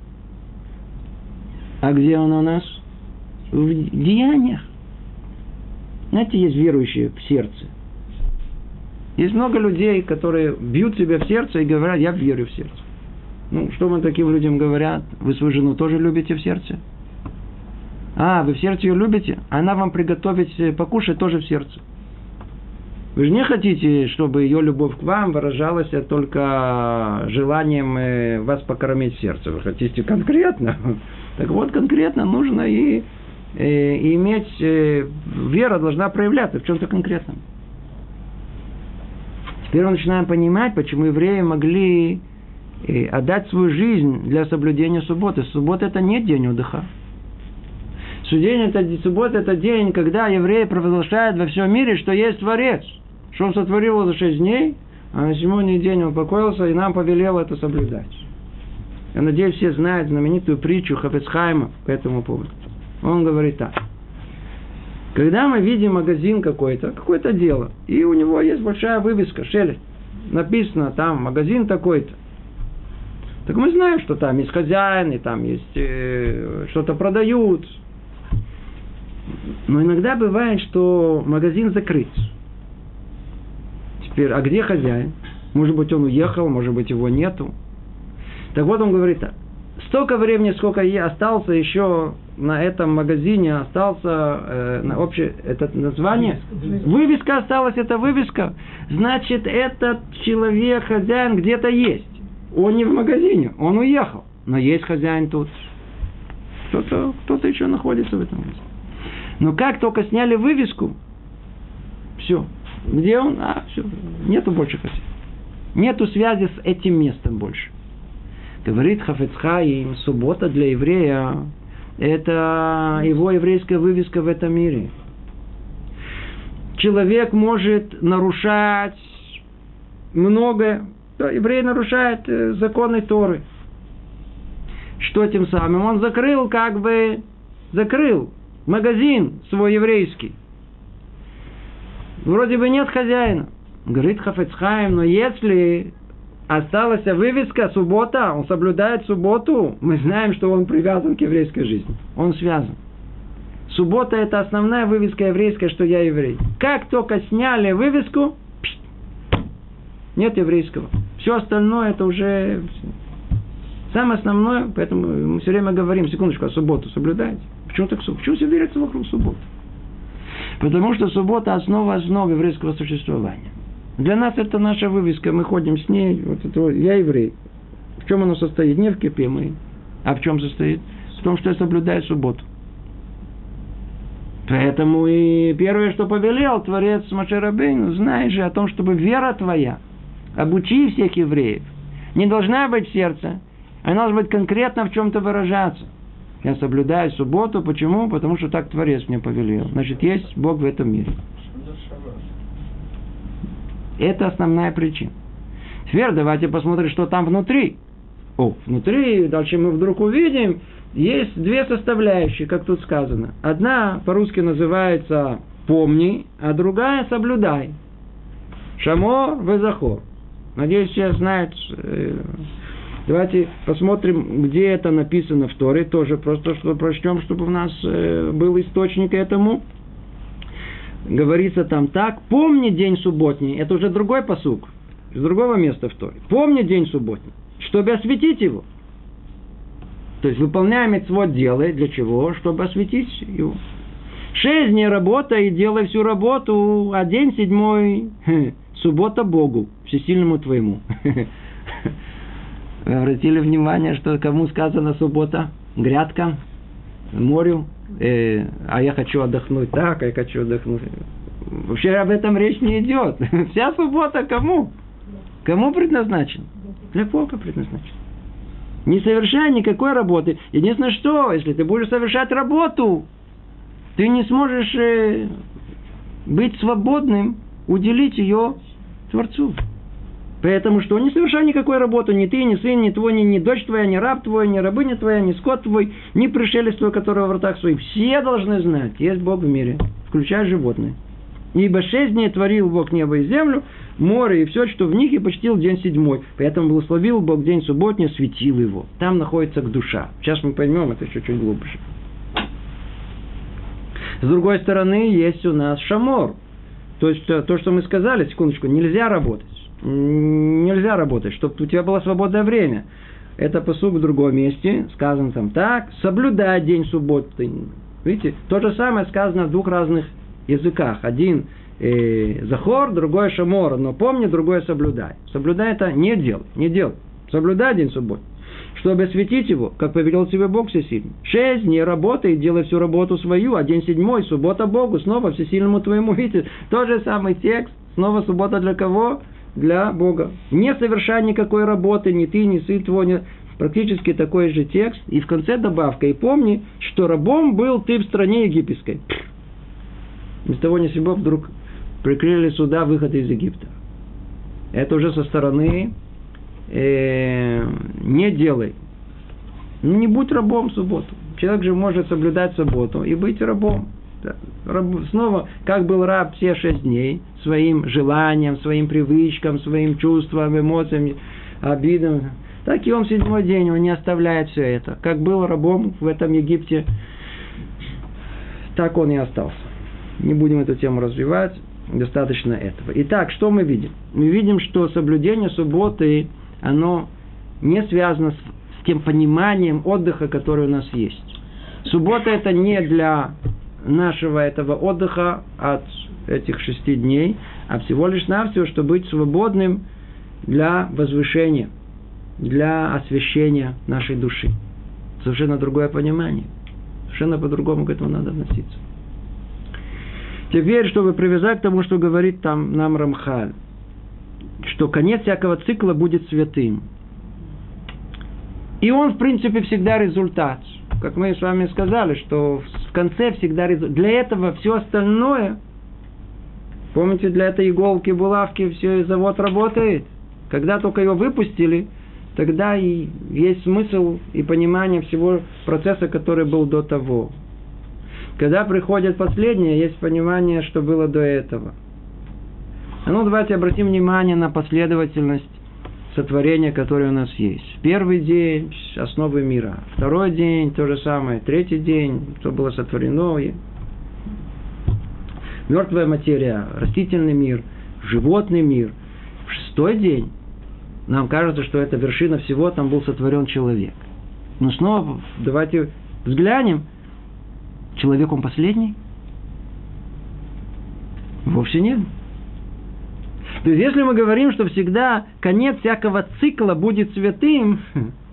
А где она у нас? В деяниях. Знаете, есть верующие в сердце. Есть много людей, которые бьют себя в сердце и говорят, я верю в сердце. Ну, что мы таким людям говорят? Вы свою жену тоже любите в сердце? А, вы в сердце ее любите? Она вам приготовить покушать тоже в сердце. Вы же не хотите, чтобы ее любовь к вам выражалась только желанием вас покормить в сердце. Вы хотите конкретно. Так вот, конкретно нужно и, и иметь... Вера должна проявляться в чем-то конкретном. Теперь мы начинаем понимать, почему евреи могли отдать свою жизнь для соблюдения субботы. Суббота – это не день отдыха. Суббота – это день, когда евреи провозглашают во всем мире, что есть Творец. Что он сотворил его за шесть дней, а на седьмой день он покоился, и нам повелел это соблюдать. Я надеюсь, все знают знаменитую притчу Хафец Хаима по этому поводу. Он говорит так. Когда мы видим магазин какой-то, какое-то дело, и у него есть большая вывеска, шелест, написано там магазин такой-то, так мы знаем, что там есть хозяин, и там есть э, что-то продают. Но иногда бывает, что магазин закрыт. Теперь, а где хозяин? Может быть, он уехал, может быть, его нету. Так вот он говорит так. Столько времени, сколько я остался еще на этом магазине, остался э, на общее это название. Вывеска. вывеска осталась, это вывеска. Значит, этот человек, хозяин где-то есть. Он не в магазине, он уехал. Но есть хозяин тут. Кто-то, кто-то еще находится в этом месте. Но как только сняли вывеску, все. Где он? А, все. Нету больше хозяина. Нету связи с этим местом больше. Говорит Хафец Хаим, суббота для еврея – это его еврейская вывеска в этом мире. Человек может нарушать многое. Еврей нарушает законы Торы. Что тем самым? Он закрыл, как бы, закрыл магазин свой еврейский. Вроде бы нет хозяина. Говорит Хафец Хаим, но если осталась вывеска суббота, он соблюдает субботу, мы знаем, что он привязан к еврейской жизни. Он связан. Суббота – это основная вывеска еврейская, что я еврей. Как только сняли вывеску, нет еврейского. Все остальное – это уже самое основное, поэтому мы все время говорим, секундочку, а субботу соблюдаете? Почему так? Почему все верится вокруг субботы? Потому что суббота – основа основ еврейского существования. Для нас это наша вывеска, мы ходим с ней, вот это, я еврей. В чем оно состоит? Не в кипе мы, а в чем состоит? В том, что я соблюдаю субботу. Поэтому и первое, что повелел Творец Моше Рабейну, знай же о том, чтобы вера твоя, обучи всех евреев, не должна быть в сердце, она должна быть конкретно в чем-то выражаться. Я соблюдаю субботу, почему? Потому что так Творец мне повелел. Значит, есть Бог в этом мире. Это основная причина. Теперь давайте посмотрим, что там внутри. О, внутри, дальше мы вдруг увидим, есть две составляющие, как тут сказано. Одна по-русски называется «помни», а другая «соблюдай». Шамор везахор. Надеюсь, все знают. Давайте посмотрим, где это написано в Торе. Тоже просто что прочтем, чтобы у нас был источник этому. Говорится там так: помни день субботний. Это уже другой пасук, из другого места в Торе. Помни день субботний, чтобы осветить его. То есть выполняем мицвот, делай. Для чего? Чтобы осветить его. Шесть дней работай и делай всю работу, а день седьмой суббота Богу, всесильному твоему. Вы обратили внимание, что кому сказано суббота? Грядка, морю. Э, а я хочу отдохнуть так, а я хочу отдохнуть. Вообще об этом речь не идет. Вся суббота кому? Кому предназначена? Для Бога предназначена. Не совершай никакой работы. Единственное, что, если ты будешь совершать работу, ты не сможешь э, быть свободным, уделить ее Творцу. Поэтому что? Не совершай никакой работы, ни ты, ни сын, ни твой, ни, ни дочь твоя, ни раб твой, ни рабыня твоя, ни скот твой, ни пришелец твой, который в ртах своих. Все должны знать, есть Бог в мире, включая животные. Ибо шесть дней творил Бог небо и землю, море и все, что в них, и почтил день седьмой. Поэтому благословил Бог день субботний, светил его. Там находится душа. Сейчас мы поймем это еще чуть глубже. С другой стороны, есть у нас шамор. То есть, то, что мы сказали, секундочку, нельзя работать. Нельзя работать, чтобы у тебя было свободное время. Это пасук в другом месте. Сказано там так: соблюдай день субботы. Видите, то же самое сказано в двух разных языках. Один э, захор, другой шамор. Но помни, другой соблюдай. Соблюдай это не делай, не делай. Соблюдай день субботы, чтобы осветить его, как повелел тебе Бог всесильный. Шесть дней работай и делай всю работу свою, а день седьмой, суббота Богу, снова всесильному твоему. Видите, тот же самый текст, снова суббота для кого? Для Бога. Не совершай никакой работы, ни ты, ни сын твой, ни... практически такой же текст. И в конце добавка: и помни, что рабом был ты в стране египетской. Без того ни сего вдруг прикрыли суда выхода из Египта. Это уже со стороны э, не делай. Ну, не будь рабом в субботу. Человек же может соблюдать субботу и быть рабом. Снова, как был раб все шесть дней, своим желаниям, своим привычкам, своим чувствам, эмоциям, обидам, так и он в седьмой день, он не оставляет все это. Как был рабом в этом Египте, так он и остался. Не будем эту тему развивать, достаточно этого. Итак, что мы видим? Мы видим, что соблюдение субботы, оно не связано с, с тем пониманием отдыха, который у нас есть. Суббота это не для нашего этого отдыха от этих шести дней, а всего лишь навсего, чтобы быть свободным для возвышения, для освящения нашей души. Совершенно другое понимание. Совершенно по-другому к этому надо относиться. Теперь, чтобы привязать к тому, что говорит там нам Рамхаль, что конец всякого цикла будет святым. И он, в принципе, всегда результат. Как мы с вами сказали, что в конце всегда результат. Для этого все остальное, помните, для этой иголки, булавки, все, завод работает. Когда только его выпустили, тогда и есть смысл и понимание всего процесса, который был до того. Когда приходит последнее, есть понимание, что было до этого. А ну, давайте обратим внимание на последовательность сотворения, которое у нас есть. Первый день – основы мира. Второй день – то же самое. Третий день – что было сотворено. Мертвая материя, растительный мир, животный мир. В шестой день нам кажется, что это вершина всего, там был сотворен человек. Но снова давайте взглянем. Человек он последний? Вовсе нет. То есть, если мы говорим, что всегда конец всякого цикла будет святым,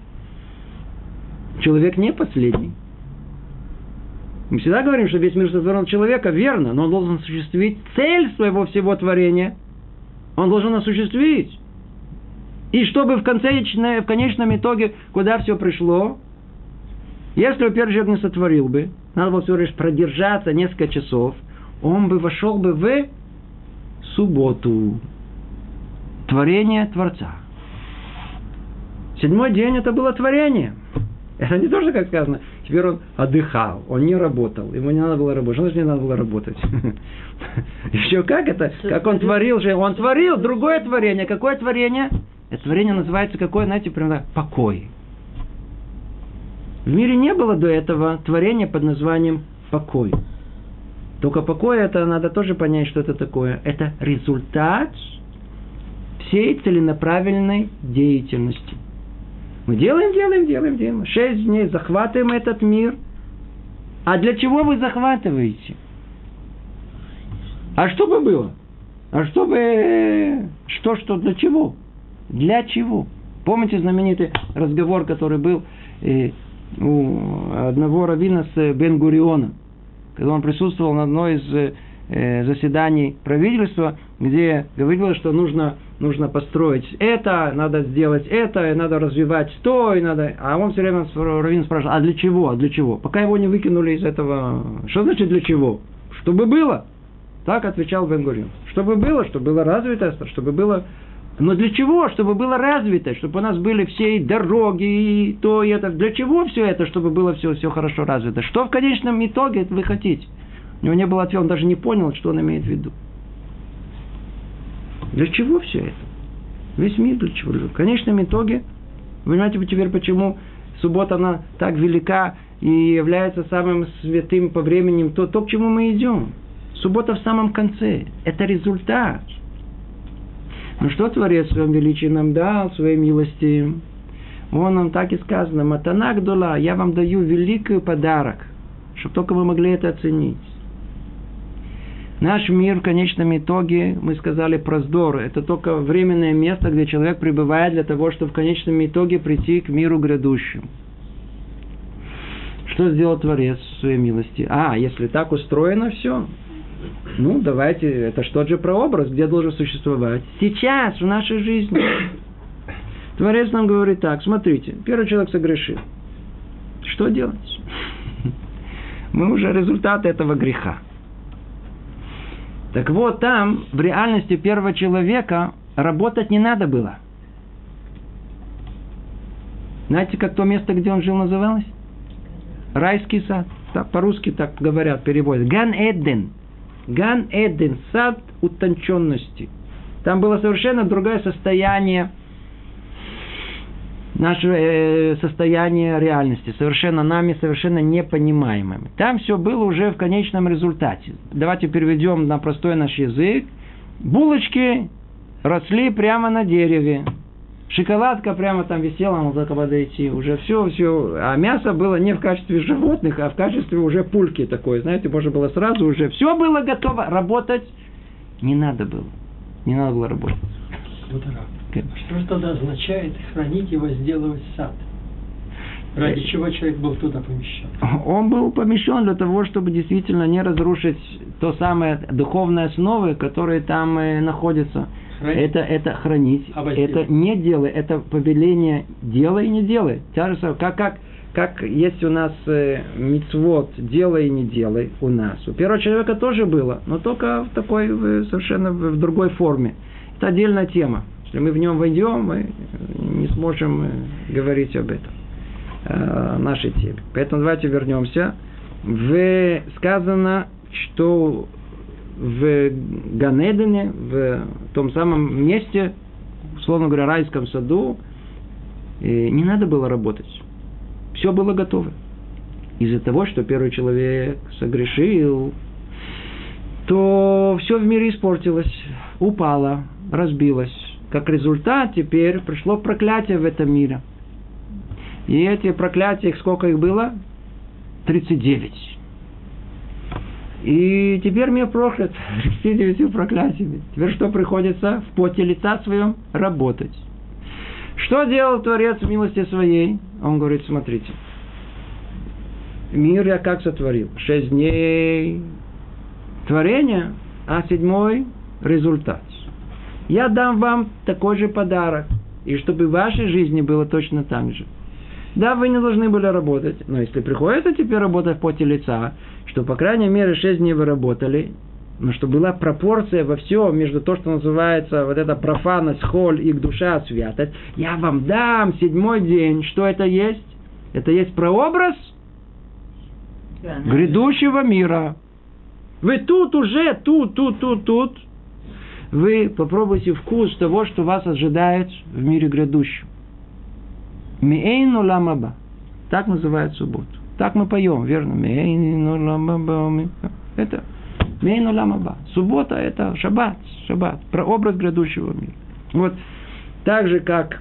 человек не последний. Мы всегда говорим, что весь мир сотворен от человека, верно, но он должен осуществить цель своего всего творения. Он должен осуществить. И чтобы в, конце, в конечном итоге, куда все пришло, если, во-первых, человек не сотворил бы, надо было всего лишь продержаться несколько часов, он бы вошел бы в субботу. Творение Творца. Седьмой день это было творение. Это не то, что, как сказано, теперь он отдыхал, он не работал, ему не надо было работать. Что значит не надо было работать? Еще как это? Как он творил же? Он творил другое творение. Какое творение? Это творение называется какое, знаете, примерно покой. В мире не было до этого творения под названием покой. Только покой, это надо тоже понять, что это такое. Это результат всей целенаправленной деятельности. Мы делаем, делаем, делаем, делаем. Шесть дней захватываем этот мир. А для чего вы захватываете? А что бы было? А что бы... Что, что, для чего? Для чего? Помните знаменитый разговор, который был э, у одного раввина с Бен-Гурионом, когда он присутствовал на одной из э, заседаний правительства, где говорилось, что нужно, нужно построить это, надо сделать это, и надо развивать то, и надо... А он все время, раввин спрашивал, а для чего, а для чего? Пока его не выкинули из этого... Что значит для чего? Чтобы было. Так отвечал Бен-Гурион. Чтобы было, чтобы было развито, чтобы было... Но для чего? Чтобы было развито, чтобы у нас были все и дороги, и то, и это. Для чего все это, чтобы было все, все хорошо развито? Что в конечном итоге вы хотите? У него не было ответа, он даже не понял, что он имеет в виду. Для чего все это? Весь мир для чего? В конечном итоге, вы понимаете теперь, почему суббота, она так велика и является самым святым по времени, то, то, к чему мы идем. Суббота в самом конце. Это результат. Ну что Творец в своем величии нам дал, в своей милости? Вон нам так и сказано, матана гдола, я вам даю великий подарок, чтобы только вы могли это оценить. Наш мир в конечном итоге, мы сказали, проздор, это только временное место, где человек пребывает для того, чтобы в конечном итоге прийти к миру грядущему. Что сделал Творец в своей милости? А, если так устроено все, ну, давайте, это что же прообраз, где должен существовать? Сейчас, в нашей жизни. Творец нам говорит так, смотрите, первый человек согрешил. Что делать? Мы уже результат этого греха. Так вот, там, в реальности первого человека, работать не надо было. Знаете, как то место, где он жил, называлось? Райский сад. Так, по-русски так говорят, переводят. Ган-Эден. Ган-Эден, сад утонченности. Там было совершенно другое состояние, наше э, состояние реальности, совершенно нами, совершенно непонимаемым. Там все было уже в конечном результате. Давайте переведем на простой наш язык. Булочки росли прямо на дереве. Шоколадка прямо там висела, надо только подойти. Уже все, все. А мясо было не в качестве животных, а в качестве уже пульки такой. Знаете, можно было сразу уже. Все было готово. Работать не надо было. Не надо было работать. Что же тогда означает хранить и возделывать сад? Ради чего человек был туда помещен? Он был помещен для того, чтобы действительно не разрушить то самое духовные основы, которые там э, находятся. Это, это хранить. Это не делай. Это повеление делай и не делай. Как, как, как есть у нас э, мицвот делай и не делай у нас. У первого человека тоже было, но только в такой в, совершенно в, в другой форме. Это отдельная тема. Если мы в нем войдем, мы не сможем э, говорить об этом. Э, нашей теме. Поэтому давайте вернемся. В, сказано, что в Ганедене, в том самом месте, условно говоря, райском саду, не надо было работать. Все было готово. Из-за того, что первый человек согрешил, то все в мире испортилось, упало, разбилось. Как результат, теперь пришло проклятие в этом мире. И эти проклятия, сколько их было? тридцать девять. И теперь мир проклят тридцатью девятью проклятиями. Теперь что приходится? В поте лица своем работать. Что делал Творец в милости своей? Он говорит, смотрите. Мир я как сотворил? Шесть дней творения, а седьмой результат. Я дам вам такой же подарок. И чтобы в вашей жизни было точно так же. Да, вы не должны были работать, но если приходится теперь работать в поте лица, что, по крайней мере, шесть дней вы работали, но что была пропорция во всем между то, что называется вот эта профанность, холь и душа, святость, я вам дам седьмой день. Что это есть? Это есть прообраз грядущего мира. Вы тут уже, тут, тут, тут, тут. Вы попробуйте вкус того, что вас ожидает в мире грядущем. Меэйну ламаба. Так называют субботу. Так мы поем, верно? Меэйну ламаба. Это меэйну ламаба. Суббота это шаббат. Шаббат. Прообраз грядущего мира. Вот. Так же, как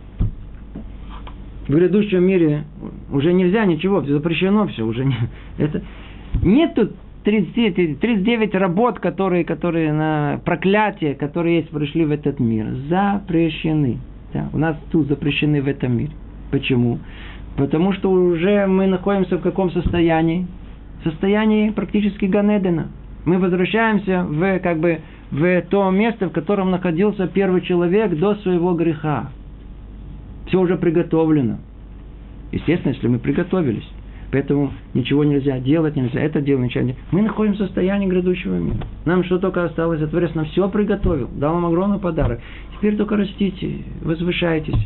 в грядущем мире уже нельзя ничего, запрещено все. Уже не, это, нет тут тридцать, тридцать девять работ, которые, которые на проклятие, которые есть, пришли в этот мир. Запрещены. Да, у нас тут запрещены в этом мире. Почему? Потому что уже мы находимся в каком состоянии? В состоянии практически Ганедена. Мы возвращаемся в, как бы, в то место, в котором находился первый человек до своего греха. Все уже приготовлено. Естественно, если мы приготовились. Поэтому ничего нельзя делать, нельзя это делать, ничего нельзя. Мы находимся в состоянии грядущего мира. Нам что только осталось, Творец нам все приготовил, дал нам огромный подарок. Теперь только растите, возвышайтесь.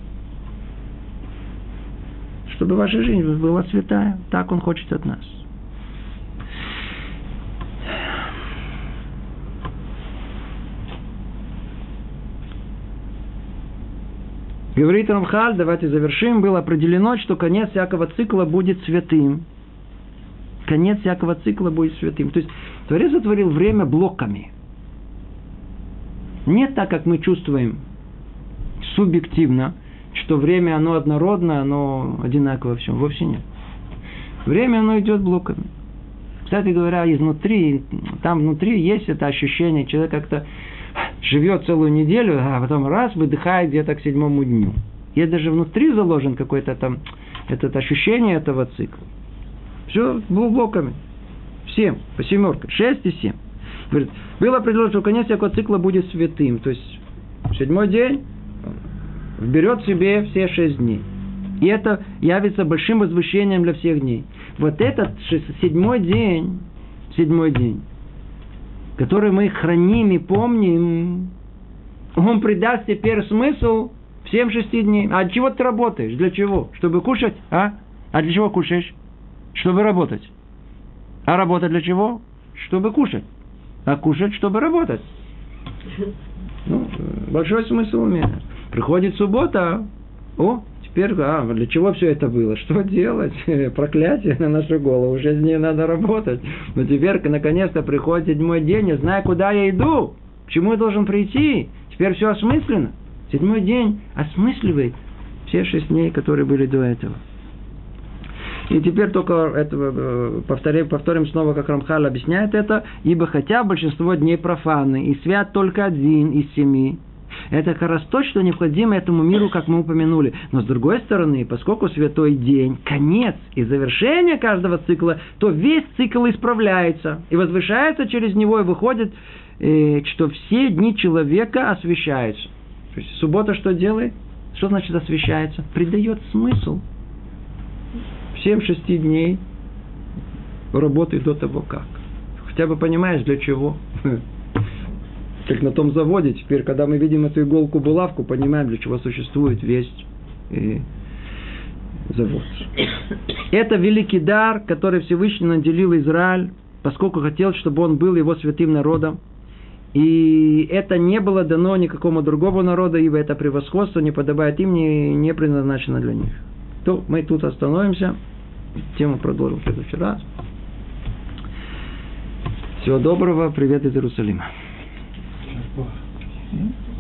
Чтобы ваша жизнь была святая. Так Он хочет от нас. Говорит Рамхаль, давайте завершим, было определено, что конец всякого цикла будет святым. Конец всякого цикла будет святым. То есть Творец сотворил время блоками. Не так, как мы чувствуем субъективно, что время оно однородно, оно одинаково во всем. Вовсе нет. Время оно идет блоками. Кстати говоря, изнутри, там внутри есть это ощущение, человек как-то живет целую неделю, а потом раз выдыхает где-то к седьмому дню. Есть даже внутри заложен какое-то там это ощущение этого цикла. Все блоками. Семь, по семерке. Шесть и семь. Говорит, было определено, что конец всякого цикла будет святым. То есть седьмой день вберет в себе все шесть дней. И это явится большим возвышением для всех дней. Вот этот седьмой день, седьмой день, который мы храним и помним, он придаст теперь смысл всем шести дням. А для чего ты работаешь? Для чего? Чтобы кушать? А? А для чего кушаешь? Чтобы работать. А работать для чего? Чтобы кушать. А кушать, чтобы работать. Ну, большой смысл у меня. Приходит суббота. О, теперь, а, для чего все это было? Что делать? Проклятие на нашу голову. Шесть дней надо работать. Но теперь, наконец-то, приходит седьмой день. Я знаю, куда я иду. К чему я должен прийти. Теперь все осмысленно. Седьмой день осмысливает все шесть дней, которые были до этого. И теперь только это, повторим, повторим снова, как Рамхаль объясняет это. Ибо хотя большинство дней профаны, и свят только один из семи. Это как раз то, что необходимо этому миру, как мы упомянули. Но с другой стороны, поскольку святой день – конец и завершение каждого цикла, то весь цикл исправляется и возвышается через него, и выходит, э, что все дни человека освящаются. То есть суббота что делает? Что значит освящается? Придает смысл всем шести дней работы до того как. Хотя бы понимаешь, для чего. Как на том заводе теперь, когда мы видим эту иголку-булавку, понимаем, для чего существует весь э, завод. Это великий дар, который Всевышний наделил Израиль, поскольку хотел, чтобы он был его святым народом. И это не было дано никакому другому народу, ибо это превосходство не подобает им, не, не предназначено для них. То мы тут остановимся. Тему продолжим в следующий раз. Всего доброго. Привет из Иерусалима. Wow.